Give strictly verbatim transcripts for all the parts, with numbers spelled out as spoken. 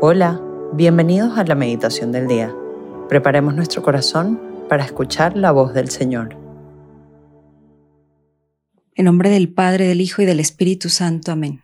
Hola, bienvenidos a la meditación del día. Preparemos nuestro corazón para escuchar la voz del Señor. En nombre del Padre, del Hijo y del Espíritu Santo. Amén.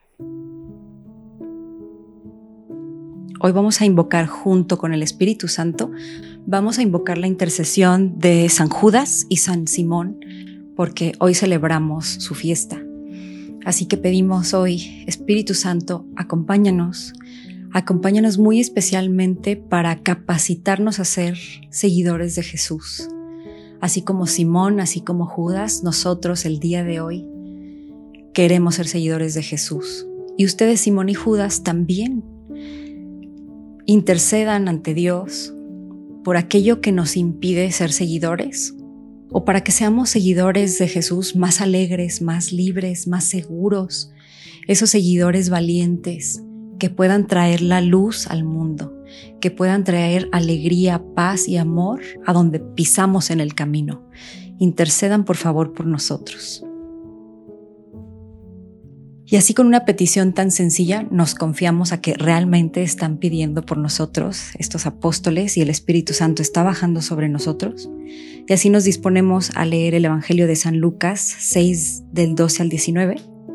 Hoy vamos a invocar junto con el Espíritu Santo, vamos a invocar la intercesión de San Judas y San Simón, porque hoy celebramos su fiesta. Así que pedimos hoy, Espíritu Santo, acompáñanos, acompáñanos muy especialmente para capacitarnos a ser seguidores de Jesús. Así como Simón, así como Judas, nosotros el día de hoy queremos ser seguidores de Jesús. Y ustedes, Simón y Judas, también intercedan ante Dios por aquello que nos impide ser seguidores, o para que seamos seguidores de Jesús más alegres, más libres, más seguros, esos seguidores valientes que puedan traer la luz al mundo, que puedan traer alegría, paz y amor a donde pisamos en el camino. Intercedan por favor por nosotros. Y así, con una petición tan sencilla, nos confiamos a que realmente están pidiendo por nosotros estos apóstoles y el Espíritu Santo está bajando sobre nosotros. Y así nos disponemos a leer el Evangelio de San Lucas seis, del doce al diecinueve.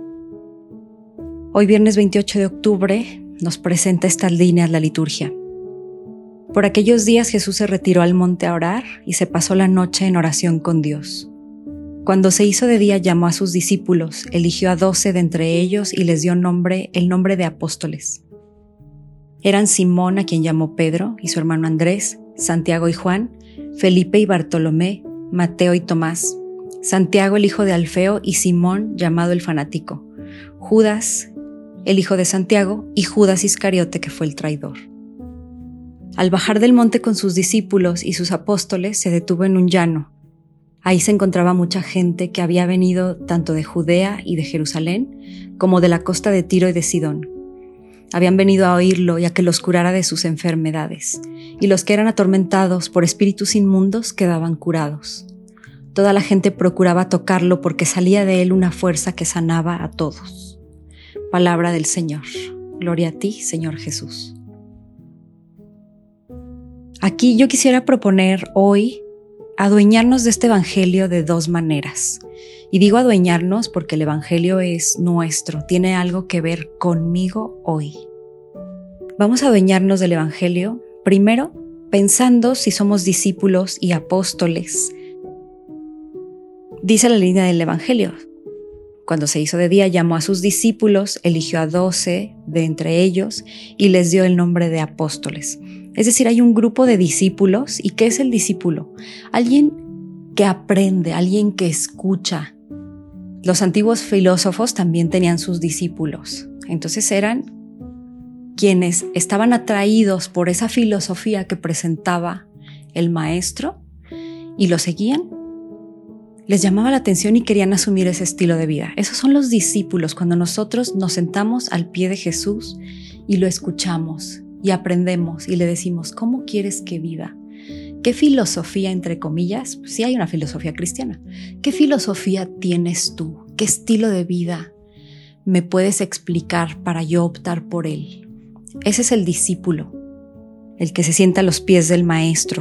Hoy, viernes veintiocho de octubre, nos presenta estas líneas la liturgia. Por aquellos días Jesús se retiró al monte a orar y se pasó la noche en oración con Dios. Cuando se hizo de día, llamó a sus discípulos, eligió a doce de entre ellos y les dio nombre, el nombre de apóstoles. Eran Simón, a quien llamó Pedro, y su hermano Andrés, Santiago y Juan, Felipe y Bartolomé, Mateo y Tomás, Santiago el hijo de Alfeo y Simón, llamado el fanático, Judas, el hijo de Santiago, y Judas Iscariote, que fue el traidor. Al bajar del monte con sus discípulos y sus apóstoles, se detuvo en un llano. Ahí se encontraba mucha gente que había venido tanto de Judea y de Jerusalén como de la costa de Tiro y de Sidón. Habían venido a oírlo y a que los curara de sus enfermedades, y los que eran atormentados por espíritus inmundos quedaban curados. Toda la gente procuraba tocarlo porque salía de él una fuerza que sanaba a todos. Palabra del Señor. Gloria a ti, Señor Jesús. Aquí yo quisiera proponer hoy adueñarnos de este evangelio de dos maneras. Y digo adueñarnos porque el evangelio es nuestro, tiene algo que ver conmigo hoy. Vamos a adueñarnos del evangelio, primero pensando si somos discípulos y apóstoles. Dice la línea del evangelio: cuando se hizo de día, llamó a sus discípulos, eligió a doce de entre ellos y les dio el nombre de apóstoles. Es decir, hay un grupo de discípulos. ¿Y qué es el discípulo? Alguien que aprende, alguien que escucha. Los antiguos filósofos también tenían sus discípulos. Entonces eran quienes estaban atraídos por esa filosofía que presentaba el maestro y lo seguían. Les llamaba la atención y querían asumir ese estilo de vida. Esos son los discípulos, cuando nosotros nos sentamos al pie de Jesús y lo escuchamos y aprendemos y le decimos, ¿cómo quieres que viva? ¿Qué filosofía, entre comillas? Sí hay una filosofía cristiana. ¿Qué filosofía tienes tú? ¿Qué estilo de vida me puedes explicar para yo optar por él? Ese es el discípulo, el que se sienta a los pies del maestro.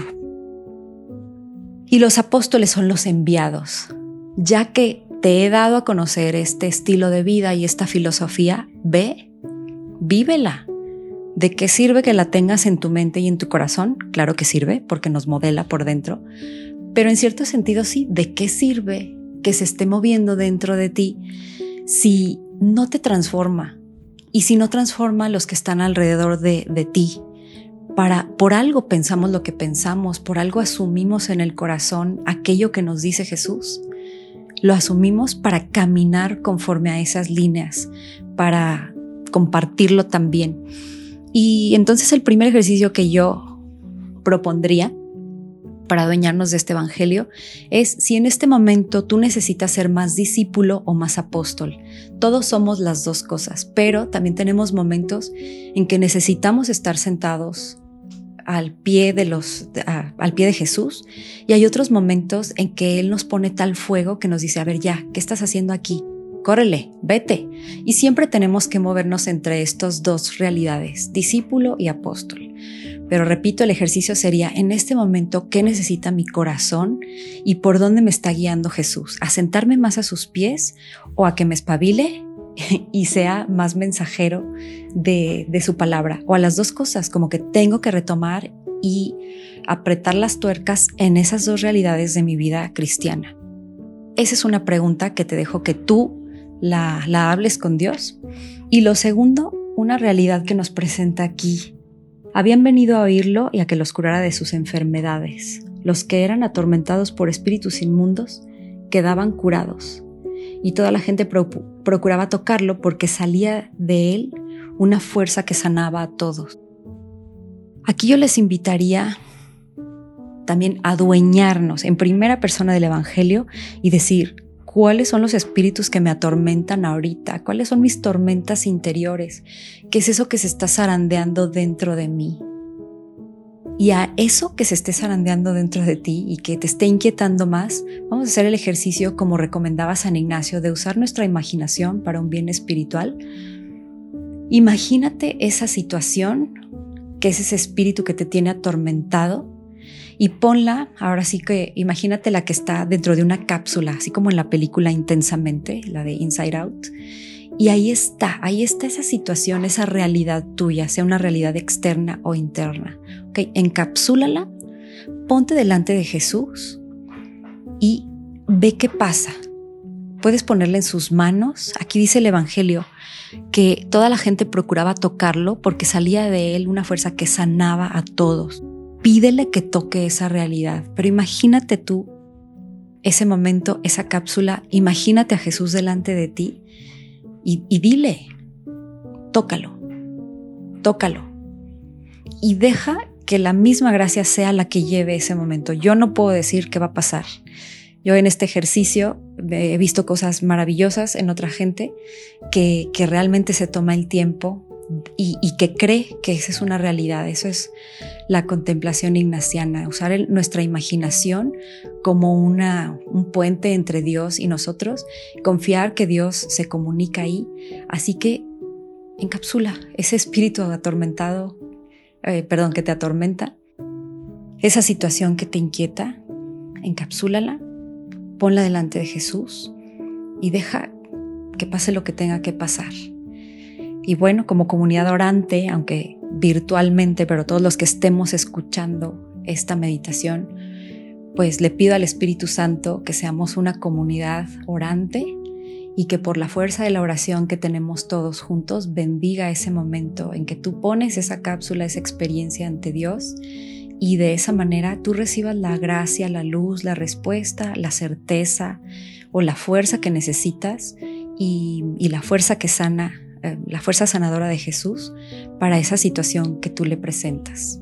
Y los apóstoles son los enviados. Ya que te he dado a conocer este estilo de vida y esta filosofía, ve, vívela. ¿De qué sirve que la tengas en tu mente y en tu corazón? Claro que sirve, porque nos modela por dentro. Pero en cierto sentido sí, ¿de qué sirve que se esté moviendo dentro de ti si no te transforma? Y si no transforma a los que están alrededor de, de ti. Para, por algo pensamos lo que pensamos, por algo asumimos en el corazón aquello que nos dice Jesús. Lo asumimos para caminar conforme a esas líneas, para compartirlo también. Y entonces el primer ejercicio que yo propondría para adueñarnos de este evangelio es si en este momento tú necesitas ser más discípulo o más apóstol. Todos somos las dos cosas, pero también tenemos momentos en que necesitamos estar sentados al pie de los, a, al pie de Jesús, y hay otros momentos en que Él nos pone tal fuego que nos dice, a ver ya, ¿qué estás haciendo aquí? córrele, vete. Y siempre tenemos que movernos entre estas dos realidades, discípulo y apóstol. Pero repito, el ejercicio sería, en este momento, ¿qué necesita mi corazón y por dónde me está guiando Jesús? ¿A sentarme más a sus pies o a que me espabile y sea más mensajero de, de su palabra? O a las dos cosas, como que tengo que retomar y apretar las tuercas en esas dos realidades de mi vida cristiana. Esa es una pregunta que te dejo que tú la, la hables con Dios. Y lo segundo, una realidad que nos presenta aquí. Habían venido a oírlo y a que los curara de sus enfermedades. Los que eran atormentados por espíritus inmundos quedaban curados. Y toda la gente pro- procuraba tocarlo porque salía de él una fuerza que sanaba a todos. Aquí yo les invitaría también a adueñarnos en primera persona del Evangelio y decir, ¿cuáles son los espíritus que me atormentan ahorita? ¿Cuáles son mis tormentas interiores? ¿Qué es eso que se está zarandeando dentro de mí? Y a eso que se esté zarandeando dentro de ti y que te esté inquietando más, vamos a hacer el ejercicio como recomendaba San Ignacio de usar nuestra imaginación para un bien espiritual. Imagínate esa situación, que es ese espíritu que te tiene atormentado, y ponla, ahora sí que imagínate la que está dentro de una cápsula, así como en la película Intensamente, la de Inside Out. Y ahí está, ahí está esa situación, esa realidad tuya, sea una realidad externa o interna. Okay, encapsúlala, ponte delante de Jesús y ve qué pasa. Puedes ponerla en sus manos. Aquí dice el Evangelio que toda la gente procuraba tocarlo porque salía de él una fuerza que sanaba a todos. Pídele que toque esa realidad, pero imagínate tú ese momento, esa cápsula, imagínate a Jesús delante de ti y, y dile, tócalo, tócalo y deja que la misma gracia sea la que lleve ese momento. Yo no puedo decir qué va a pasar. Yo en este ejercicio he visto cosas maravillosas en otra gente que, que realmente se toma el tiempo Y, y que cree que esa es una realidad. Eso es la contemplación ignaciana, usar el, nuestra imaginación como una, un puente entre Dios y nosotros, confiar que Dios se comunica ahí. Así que encapsula ese espíritu atormentado, eh, perdón, que te atormenta, esa situación que te inquieta, encapsúlala, ponla delante de Jesús y deja que pase lo que tenga que pasar. Y bueno, como comunidad orante, aunque virtualmente, pero todos los que estemos escuchando esta meditación, pues le pido al Espíritu Santo que seamos una comunidad orante y que por la fuerza de la oración que tenemos todos juntos bendiga ese momento en que tú pones esa cápsula, esa experiencia ante Dios y de esa manera tú recibas la gracia, la luz, la respuesta, la certeza o la fuerza que necesitas y, y la fuerza que sana, la fuerza sanadora de Jesús para esa situación que tú le presentas.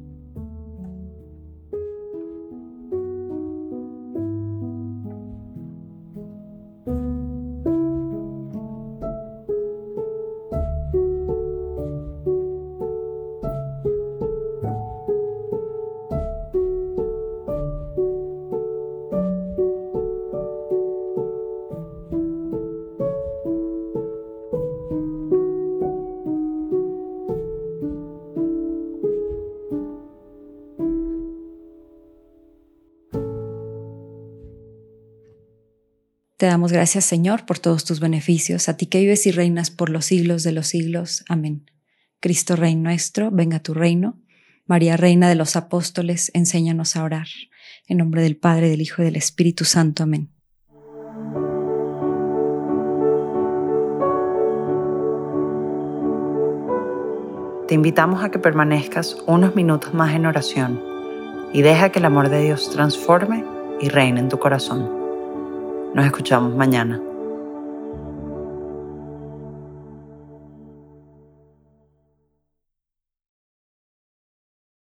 Te damos gracias, Señor, por todos tus beneficios, a ti que vives y reinas por los siglos de los siglos. Amén. Cristo Rey nuestro, venga tu reino. María, Reina de los Apóstoles, enséñanos a orar. En nombre del Padre, del Hijo y del Espíritu Santo. Amén. Te invitamos a que permanezcas unos minutos más en oración y deja que el amor de Dios transforme y reine en tu corazón. Nos escuchamos mañana.